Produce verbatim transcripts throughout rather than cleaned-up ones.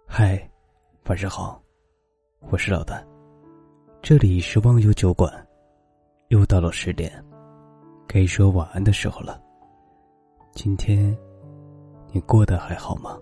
嗨，晚上好，我是老丹，这里是忘忧酒馆，又到了十点，该说晚安的时候了。今天你过得还好吗？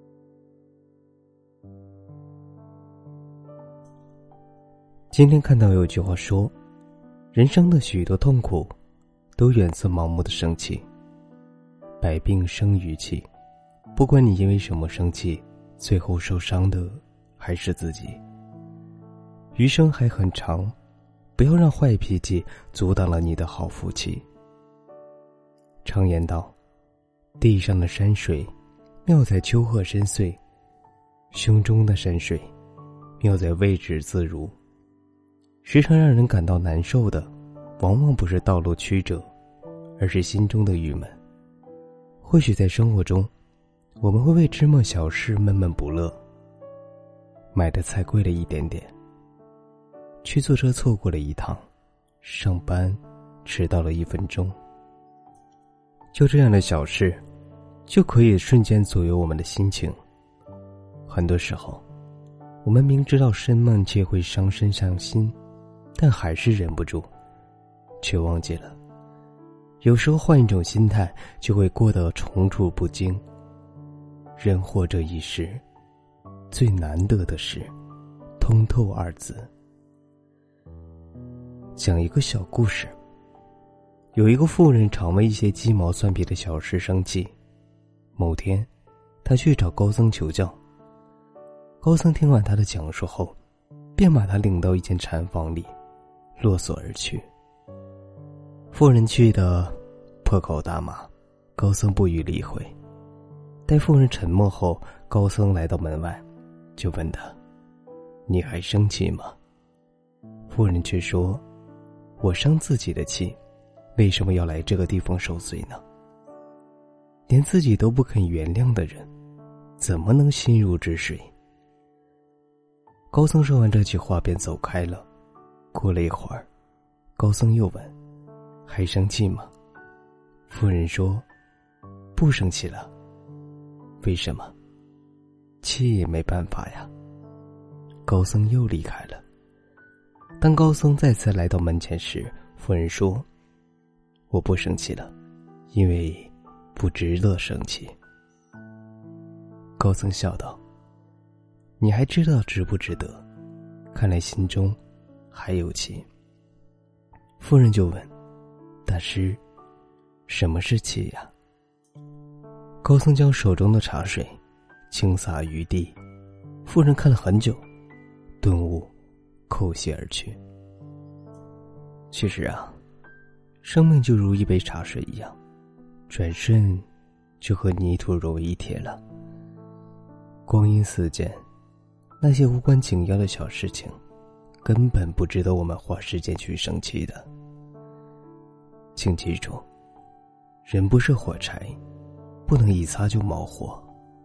今天看到有句话说，人生的许多痛苦都源自盲目的生气。百病生于气，不管你因为什么生气，最后受伤的还是自己。余生还很长，不要让坏脾气阻挡了你的好福气。常言道，地上的山水妙在丘壑深邃，胸中的山水妙在位置自如。时常让人感到难受的，往往不是道路曲折，而是心中的郁闷。或许在生活中，我们会为芝麻小事闷闷不乐，买的菜贵了一点点，去坐车错过了一趟，上班迟到了一分钟。就这样的小事，就可以瞬间左右我们的心情。很多时候，我们明知道生闷气会伤身伤心，但还是忍不住，却忘记了，有时候换一种心态，就会过得踌躇不惊。人活这一世，最难得的是通透二字。讲一个小故事。有一个妇人常为一些鸡毛蒜皮的小事生气。某天，她去找高僧求教。高僧听完她的讲述后，便把她领到一间禅房里，落锁而去。妇人气得破口大骂，高僧不予理会。待妇人沉默后，高僧来到门外，就问他：“你还生气吗？”妇人却说：“我生自己的气，为什么要来这个地方受罪呢？连自己都不肯原谅的人，怎么能心如止水？”高僧说完这句话便走开了。过了一会儿，高僧又问：“还生气吗？”妇人说：“不生气了。”为什么？气也没办法呀。高僧又离开了。当高僧再次来到门前时，妇人说：“我不生气了，因为不值得生气。”高僧笑道：“你还知道值不值得？看来心中还有气。”妇人就问：“大师，什么是气呀？”高僧将手中的茶水倾洒于地，妇人看了很久，顿悟，叩谢而去。其实啊，生命就如一杯茶水一样，转瞬就和泥土融为一体了。光阴似箭，那些无关紧要的小事情，根本不值得我们花时间去生气的。请记住，人不是火柴，不能一擦就冒火。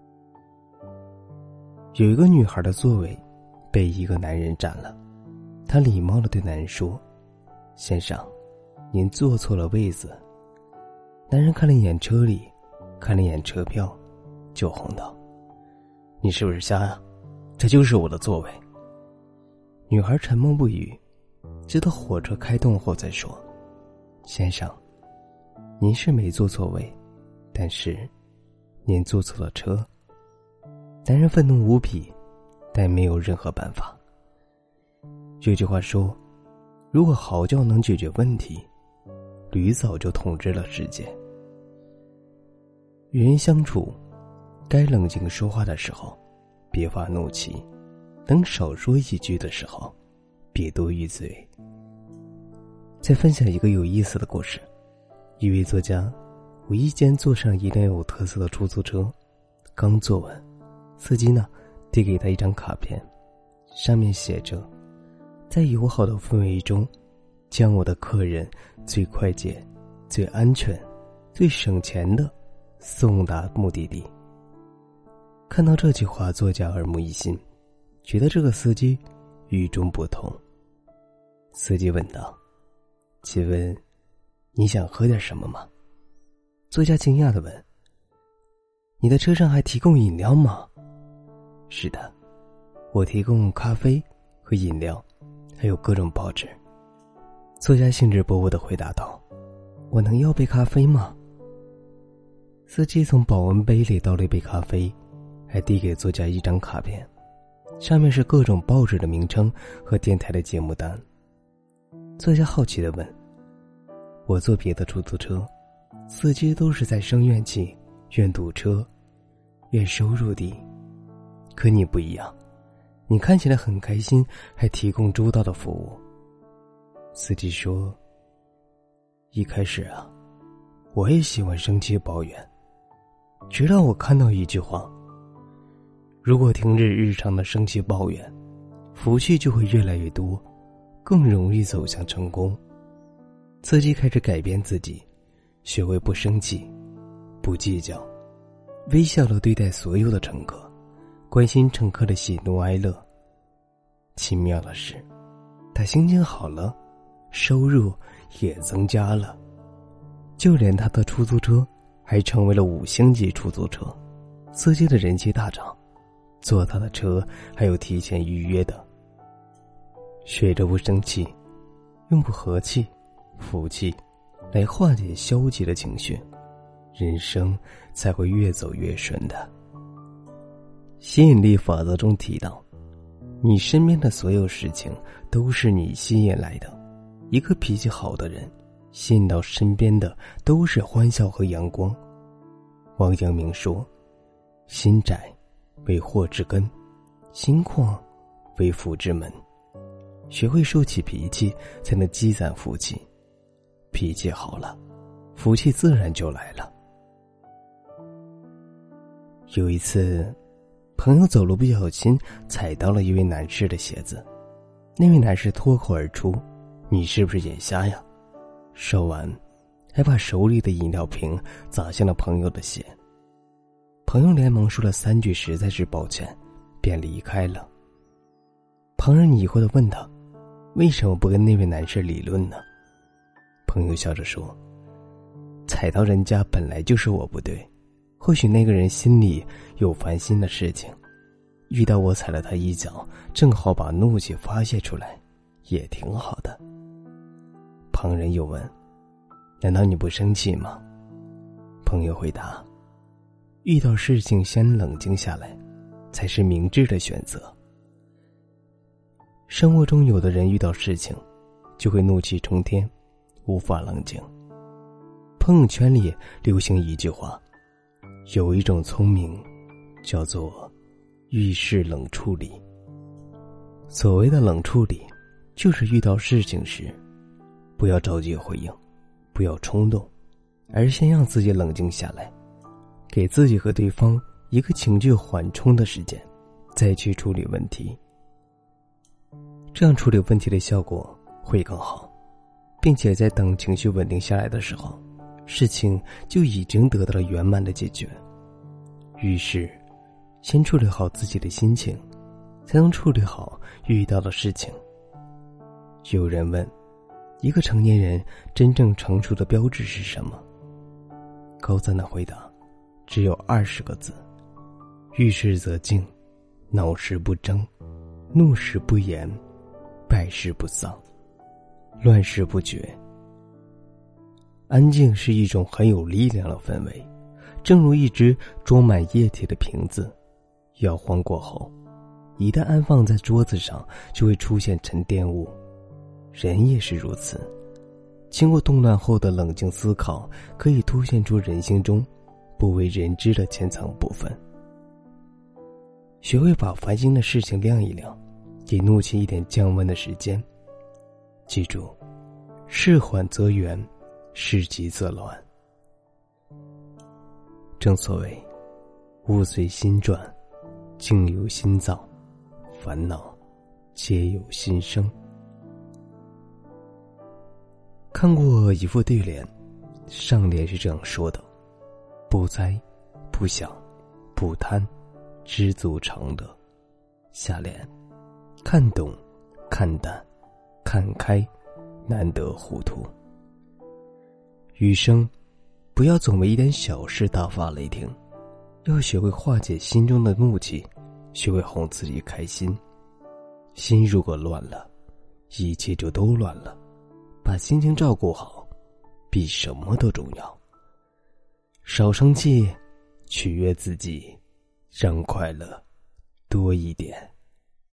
有一个女孩的座位被一个男人占了，她礼貌地对男人说：“先生，您坐错了位子。”男人看了一眼车里，看了一眼车票，就哄道：“你是不是瞎呀？这就是我的座位。”女孩沉默不语，直到火车开动后再说：“先生，您是没坐错位，但是您坐错了车。”男人愤怒无比，但没有任何办法。有句话说，如果嚎叫能解决问题，驴早就统治了世界。与人相处，该冷静说话的时候，别发怒气；能少说一句的时候，别多于嘴。再分享一个有意思的故事。一位作家无意间坐上一辆有特色的出租车，刚坐稳，司机呢递给他一张卡片，上面写着：“在友好的氛围中，将我的客人最快捷、最安全、最省钱的送达目的地。”看到这句话，作家耳目一新，觉得这个司机与众不同。司机问道：“请问你想喝点什么吗？”作家惊讶地问：“你的车上还提供饮料吗？” 是的，我提供咖啡和饮料，还有各种报纸。作家兴致勃勃地回答道，我能要杯咖啡吗？司机从保温杯里倒了一杯咖啡，还递给作家一张卡片，上面是各种报纸的名称和电台的节目单。作家好奇地问，我坐别的出租车，司机都是在生怨气，怨堵车，怨收入低，可你不一样，你看起来很开心，还提供周到的服务。司机说，一开始啊，我也喜欢生气抱怨，直到我看到一句话，如果停止日常的生气抱怨，福气就会越来越多，更容易走向成功。司机开始改变自己，学会不生气，不计较，微笑地对待所有的乘客，关心乘客的喜怒哀乐。奇妙的是，他心情好了，收入也增加了，就连他的出租车还成为了五星级出租车，司机的人气大涨，坐他的车还有提前预约的。学着不生气，用不和气、福气来化解消极的情绪，人生才会越走越顺的。吸引力法则中提到，你身边的所有事情都是你吸引来的。一个脾气好的人，吸引到身边的都是欢笑和阳光。王阳明说，心窄为祸之根，心旷为福之门。学会收起脾气，才能积攒福气。脾气好了，福气自然就来了。有一次，朋友走路不小心踩到了一位男士的鞋子，那位男士脱口而出，你是不是眼瞎呀？说完还把手里的饮料瓶砸向了朋友的鞋。朋友连忙说了三句实在是抱歉，便离开了。旁人疑惑地问他，为什么不跟那位男士理论呢？朋友笑着说，踩到人家本来就是我不对，或许那个人心里有烦心的事情，遇到我踩了他一脚，正好把怒气发泄出来，也挺好的。旁人又问，难道你不生气吗？朋友回答，遇到事情先冷静下来，才是明智的选择。生活中有的人遇到事情就会怒气冲天，无法冷静。朋友圈里流行一句话，有一种聪明叫做遇事冷处理。所谓的冷处理，就是遇到事情时不要着急回应，不要冲动，而先让自己冷静下来，给自己和对方一个情绪缓冲的时间，再去处理问题。这样处理问题的效果会更好，并且在等情绪稳定下来的时候，事情就已经得到了圆满的解决。于是先处理好自己的心情，才能处理好遇到的事情。有人问，一个成年人真正成熟的标志是什么？高赞的回答只有二十个字，遇事则静，恼时不争，怒时不言，败事不丧，乱事不决。安静是一种很有力量的氛围，正如一只装满液体的瓶子，摇晃过后，一旦安放在桌子上，就会出现沉淀物。人也是如此，经过动乱后的冷静思考，可以凸显出人性中不为人知的潜藏部分。学会把烦心的事情晾一晾，给怒气一点降温的时间。记住，事缓则圆，事急则乱。正所谓，物随心转，境由心造，烦恼皆由心生。看过一副对联，上联是这样说的，不灾不想不贪，知足常乐。下联，看懂看淡看开，难得糊涂。余生不要总为一点小事大发雷霆，要学会化解心中的怒气， 学会哄自己开心。心如果乱了，一切就都乱了。把心情照顾好，比什么都重要。少生气，取悦自己，让快乐多一点。